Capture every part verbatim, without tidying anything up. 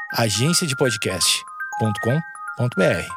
agência de podcast ponto com ponto b r.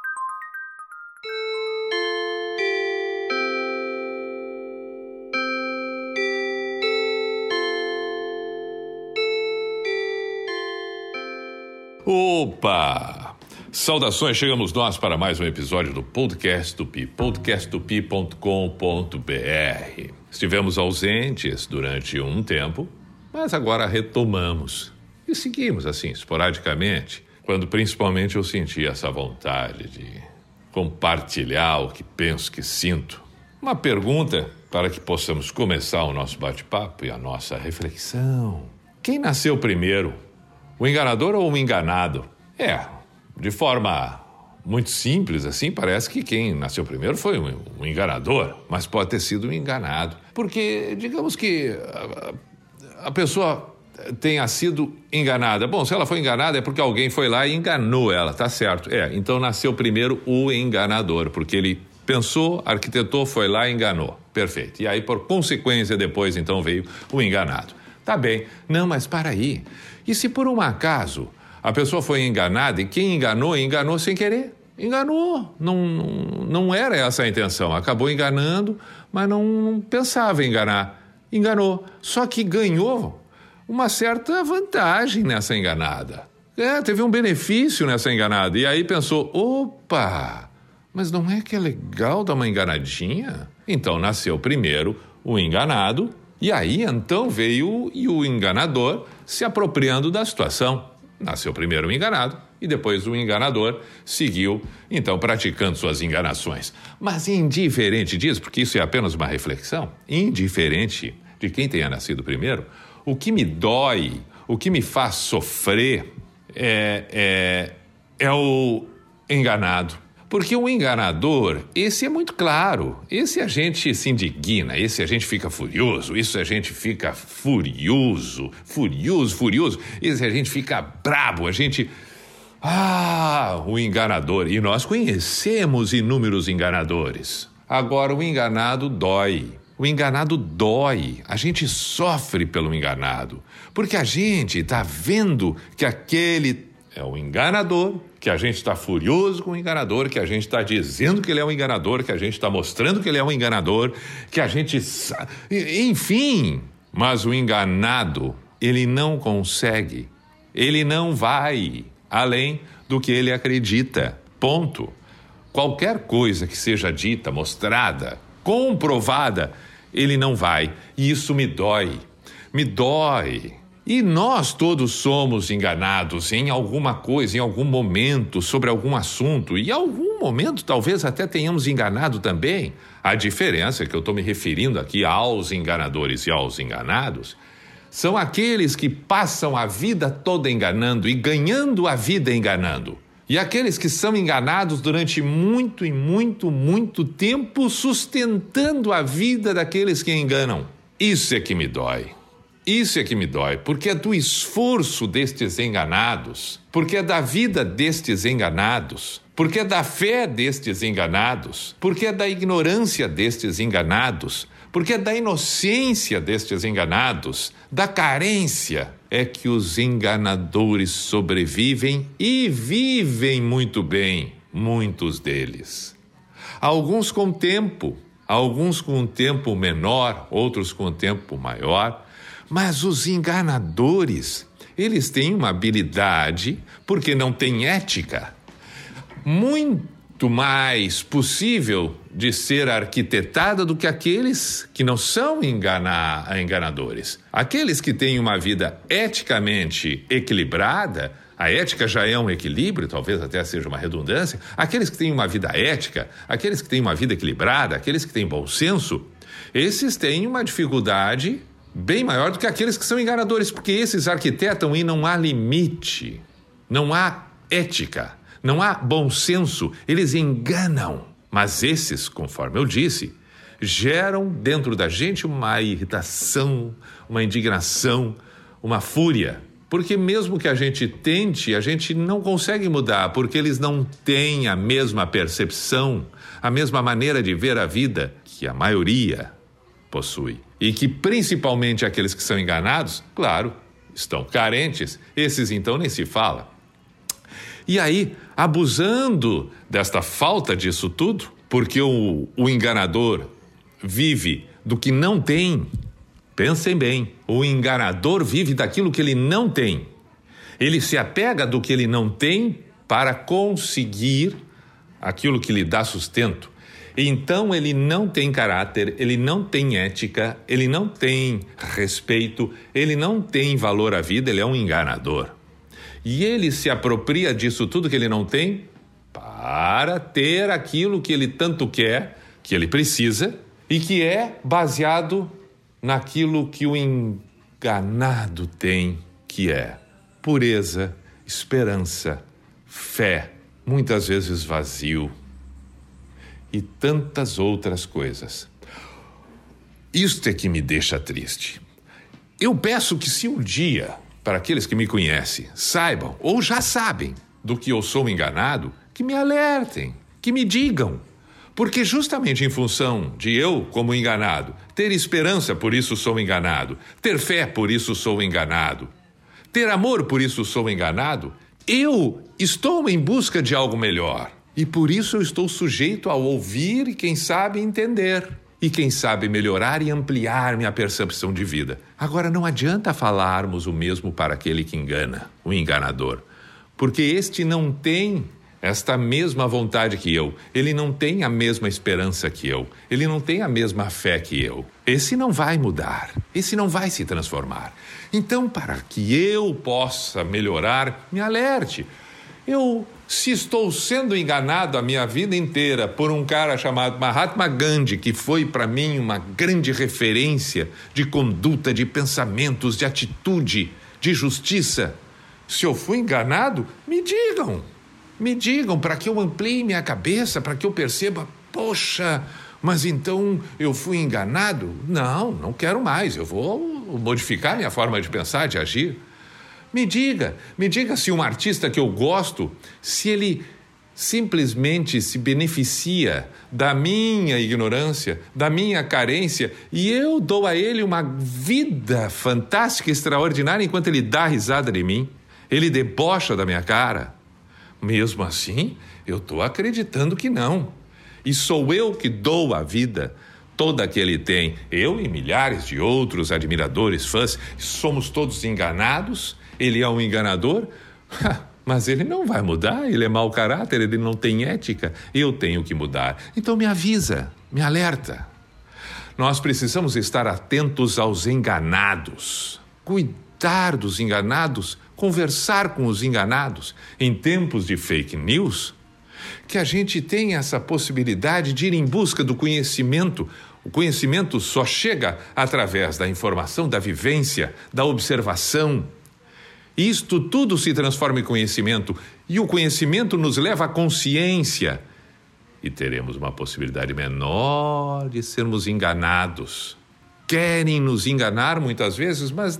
Opa! Saudações, chegamos nós para mais um episódio do Podcast Tupi, podcast tupi ponto com ponto b r. Estivemos ausentes durante um tempo, mas agora retomamos e seguimos assim, esporadicamente, quando principalmente eu senti essa vontade de compartilhar o que penso, que sinto. Uma pergunta para que possamos começar o nosso bate-papo e a nossa reflexão. Quem nasceu primeiro? O enganador ou o enganado? É, de forma muito simples assim, parece que quem nasceu primeiro foi um, um enganador, mas pode ter sido um enganado. Porque, digamos que a, a pessoa tenha sido enganada. Bom, se ela foi enganada é porque alguém foi lá e enganou ela, tá certo. É, então nasceu primeiro o enganador, porque ele pensou, arquitetou, foi lá e enganou. Perfeito. E aí, por consequência, depois então veio o enganado. Tá bem. Não, mas para aí. E se por um acaso a pessoa foi enganada e quem enganou, enganou sem querer? Enganou. Não, não, não era essa a intenção. Acabou enganando, mas não pensava em enganar. Enganou. Só que ganhou uma certa vantagem nessa enganada. É, teve um benefício nessa enganada. E aí pensou, opa, mas não é que é legal dar uma enganadinha? Então nasceu primeiro o enganado. E aí, então, veio e o enganador se apropriando da situação. Nasceu primeiro o enganado e depois o enganador seguiu, então, praticando suas enganações. Mas indiferente disso, porque isso é apenas uma reflexão, indiferente de quem tenha nascido primeiro, o que me dói, o que me faz sofrer é, é, é o enganado. Porque o enganador, esse é muito claro, esse a gente se indigna, esse a gente fica furioso, esse a gente fica furioso, furioso, furioso, esse a gente fica brabo, a gente... Ah, o enganador, e nós conhecemos inúmeros enganadores. Agora o enganado dói, o enganado dói, a gente sofre pelo enganado, porque a gente está vendo que aquele é o enganador, que a gente está furioso com o enganador, que a gente está dizendo que ele é um enganador, que a gente está mostrando que ele é um enganador, que a gente... Enfim, mas o enganado, ele não consegue, ele não vai além do que ele acredita, ponto. Qualquer coisa que seja dita, mostrada, comprovada, ele não vai, e isso me dói, me dói. E nós todos somos enganados em alguma coisa, em algum momento, sobre algum assunto. E em algum momento talvez até tenhamos enganado também. A diferença que eu estou me referindo aqui aos enganadores e aos enganados são aqueles que passam a vida toda enganando e ganhando a vida enganando. E aqueles que são enganados durante muito e muito, muito tempo sustentando a vida daqueles que enganam. Isso é que me dói. Isso é que me dói, porque é do esforço destes enganados, porque é da vida destes enganados, porque é da fé destes enganados, porque é da ignorância destes enganados, porque é da inocência destes enganados, da carência, é que os enganadores sobrevivem e vivem muito bem, muitos deles. Alguns com tempo, alguns com um tempo menor, outros com um tempo maior. Mas os enganadores, eles têm uma habilidade, porque não têm ética, muito mais possível de ser arquitetada do que aqueles que não são engana- enganadores. Aqueles que têm uma vida eticamente equilibrada, a ética já é um equilíbrio, talvez até seja uma redundância, aqueles que têm uma vida ética, aqueles que têm uma vida equilibrada, aqueles que têm bom senso, esses têm uma dificuldade bem maior do que aqueles que são enganadores, porque esses arquitetam e não há limite, não há ética, não há bom senso, eles enganam. Mas esses, conforme eu disse, geram dentro da gente uma irritação, uma indignação, uma fúria. Porque mesmo que a gente tente, a gente não consegue mudar, porque eles não têm a mesma percepção, a mesma maneira de ver a vida que a maioria possui. E que principalmente aqueles que são enganados, claro, estão carentes, esses então nem se fala. E aí, abusando desta falta disso tudo, porque o, o enganador vive do que não tem, pensem bem, o enganador vive daquilo que ele não tem. Ele se apega do que ele não tem para conseguir aquilo que lhe dá sustento. Então ele não tem caráter, ele não tem ética, ele não tem respeito, ele não tem valor à vida, ele é um enganador. E ele se apropria disso tudo que ele não tem para ter aquilo que ele tanto quer, que ele precisa, e que é baseado naquilo que o enganado tem, que é pureza, esperança, fé, muitas vezes vazio e tantas outras coisas. Isto é que me deixa triste. Eu peço que se um dia, para aqueles que me conhecem, saibam ou já sabem do que eu sou enganado, que me alertem, que me digam. Porque justamente em função de eu, como enganado, ter esperança, por isso sou enganado, ter fé, por isso sou enganado, ter amor, por isso sou enganado, eu estou em busca de algo melhor. E por isso eu estou sujeito a ouvir e, quem sabe, entender. E, quem sabe, melhorar e ampliar minha percepção de vida. Agora, não adianta falarmos o mesmo para aquele que engana, o enganador. Porque este não tem esta mesma vontade que eu. Ele não tem a mesma esperança que eu. Ele não tem a mesma fé que eu. Esse não vai mudar. Esse não vai se transformar. Então, para que eu possa melhorar, me alerte. Eu, se estou sendo enganado a minha vida inteira por um cara chamado Mahatma Gandhi, que foi para mim uma grande referência de conduta, de pensamentos, de atitude, de justiça, se eu fui enganado, me digam. Me digam para que eu amplie minha cabeça, para que eu perceba, poxa, mas então eu fui enganado? Não, não quero mais, eu vou modificar minha forma de pensar, de agir. Me diga, me diga se um artista que eu gosto, se ele simplesmente se beneficia da minha ignorância, da minha carência, e eu dou a ele uma vida fantástica, extraordinária, enquanto ele dá risada de mim, ele debocha da minha cara. Mesmo assim, eu estou acreditando que não. E sou eu que dou a vida toda que ele tem. Eu e milhares de outros admiradores, fãs, somos todos enganados. Ele é um enganador, mas ele não vai mudar, ele é mau caráter, ele não tem ética, eu tenho que mudar. Então me avisa, me alerta. Nós precisamos estar atentos aos enganados, cuidar dos enganados, conversar com os enganados. Em tempos de fake news, que a gente tenha essa possibilidade de ir em busca do conhecimento. O conhecimento só chega através da informação, da vivência, da observação. Isto tudo se transforma em conhecimento, e o conhecimento nos leva à consciência, e teremos uma possibilidade menor de sermos enganados. Querem nos enganar muitas vezes, mas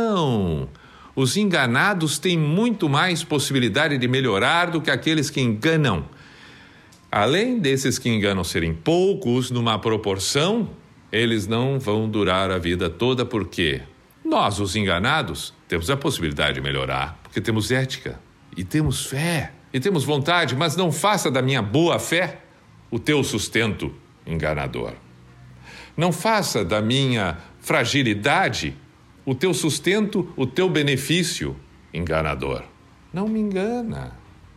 não. Os enganados têm muito mais possibilidade de melhorar do que aqueles que enganam. Além desses que enganam serem poucos, numa proporção, eles não vão durar a vida toda, porque nós, os enganados, temos a possibilidade de melhorar, porque temos ética, e temos fé, e temos vontade, mas não faça da minha boa fé o teu sustento enganador. Não faça da minha fragilidade o teu sustento, o teu benefício enganador. Não me engana.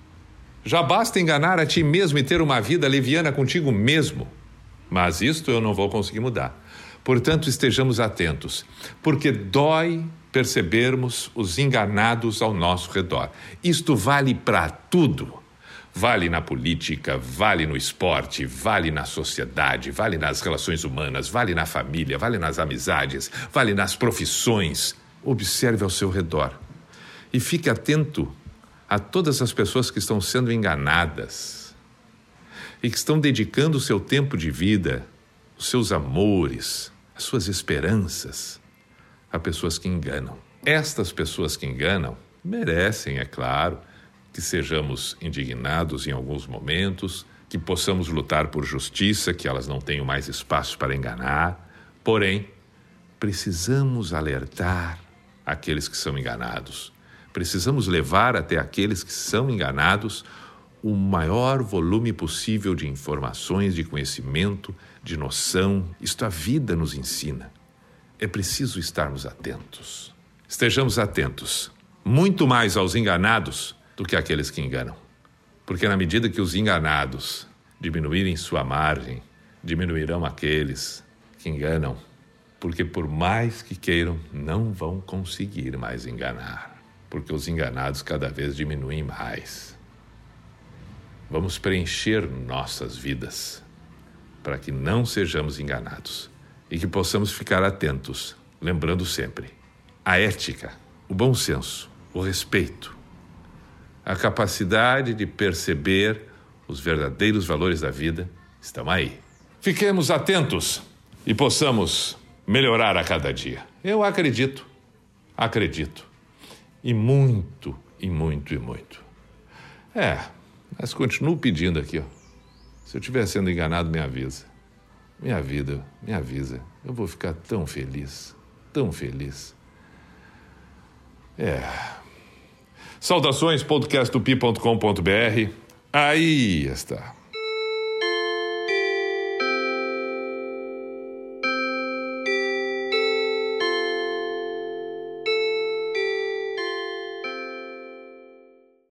Já basta enganar a ti mesmo e ter uma vida leviana contigo mesmo. Mas isto eu não vou conseguir mudar. Portanto, estejamos atentos, porque dói percebermos os enganados ao nosso redor. Isto vale para tudo. Vale na política, vale no esporte, vale na sociedade, vale nas relações humanas, vale na família, vale nas amizades, vale nas profissões. Observe ao seu redor e fique atento a todas as pessoas que estão sendo enganadas e que estão dedicando o seu tempo de vida, os seus amores, as suas esperanças a pessoas que enganam. Estas pessoas que enganam merecem, é claro, que sejamos indignados em alguns momentos, que possamos lutar por justiça, que elas não tenham mais espaço para enganar. Porém, precisamos alertar aqueles que são enganados. Precisamos levar até aqueles que são enganados o maior volume possível de informações, de conhecimento, de noção. Isto a vida nos ensina. É preciso estarmos atentos. Estejamos atentos, muito mais aos enganados do que àqueles que enganam. Porque na medida que os enganados diminuírem sua margem, diminuirão aqueles que enganam. Porque por mais que queiram, não vão conseguir mais enganar. Porque os enganados cada vez diminuem mais. Vamos preencher nossas vidas para que não sejamos enganados e que possamos ficar atentos, lembrando sempre a ética, o bom senso, o respeito, a capacidade de perceber os verdadeiros valores da vida estão aí. Fiquemos atentos e possamos melhorar a cada dia. Eu acredito, acredito. E muito, e muito, e muito. É, mas continuo pedindo aqui, ó. Se eu estiver sendo enganado, me avisa. Me avisa, me avisa. Eu vou ficar tão feliz, tão feliz. É. Saudações, podcast tupi ponto com ponto br. Aí está.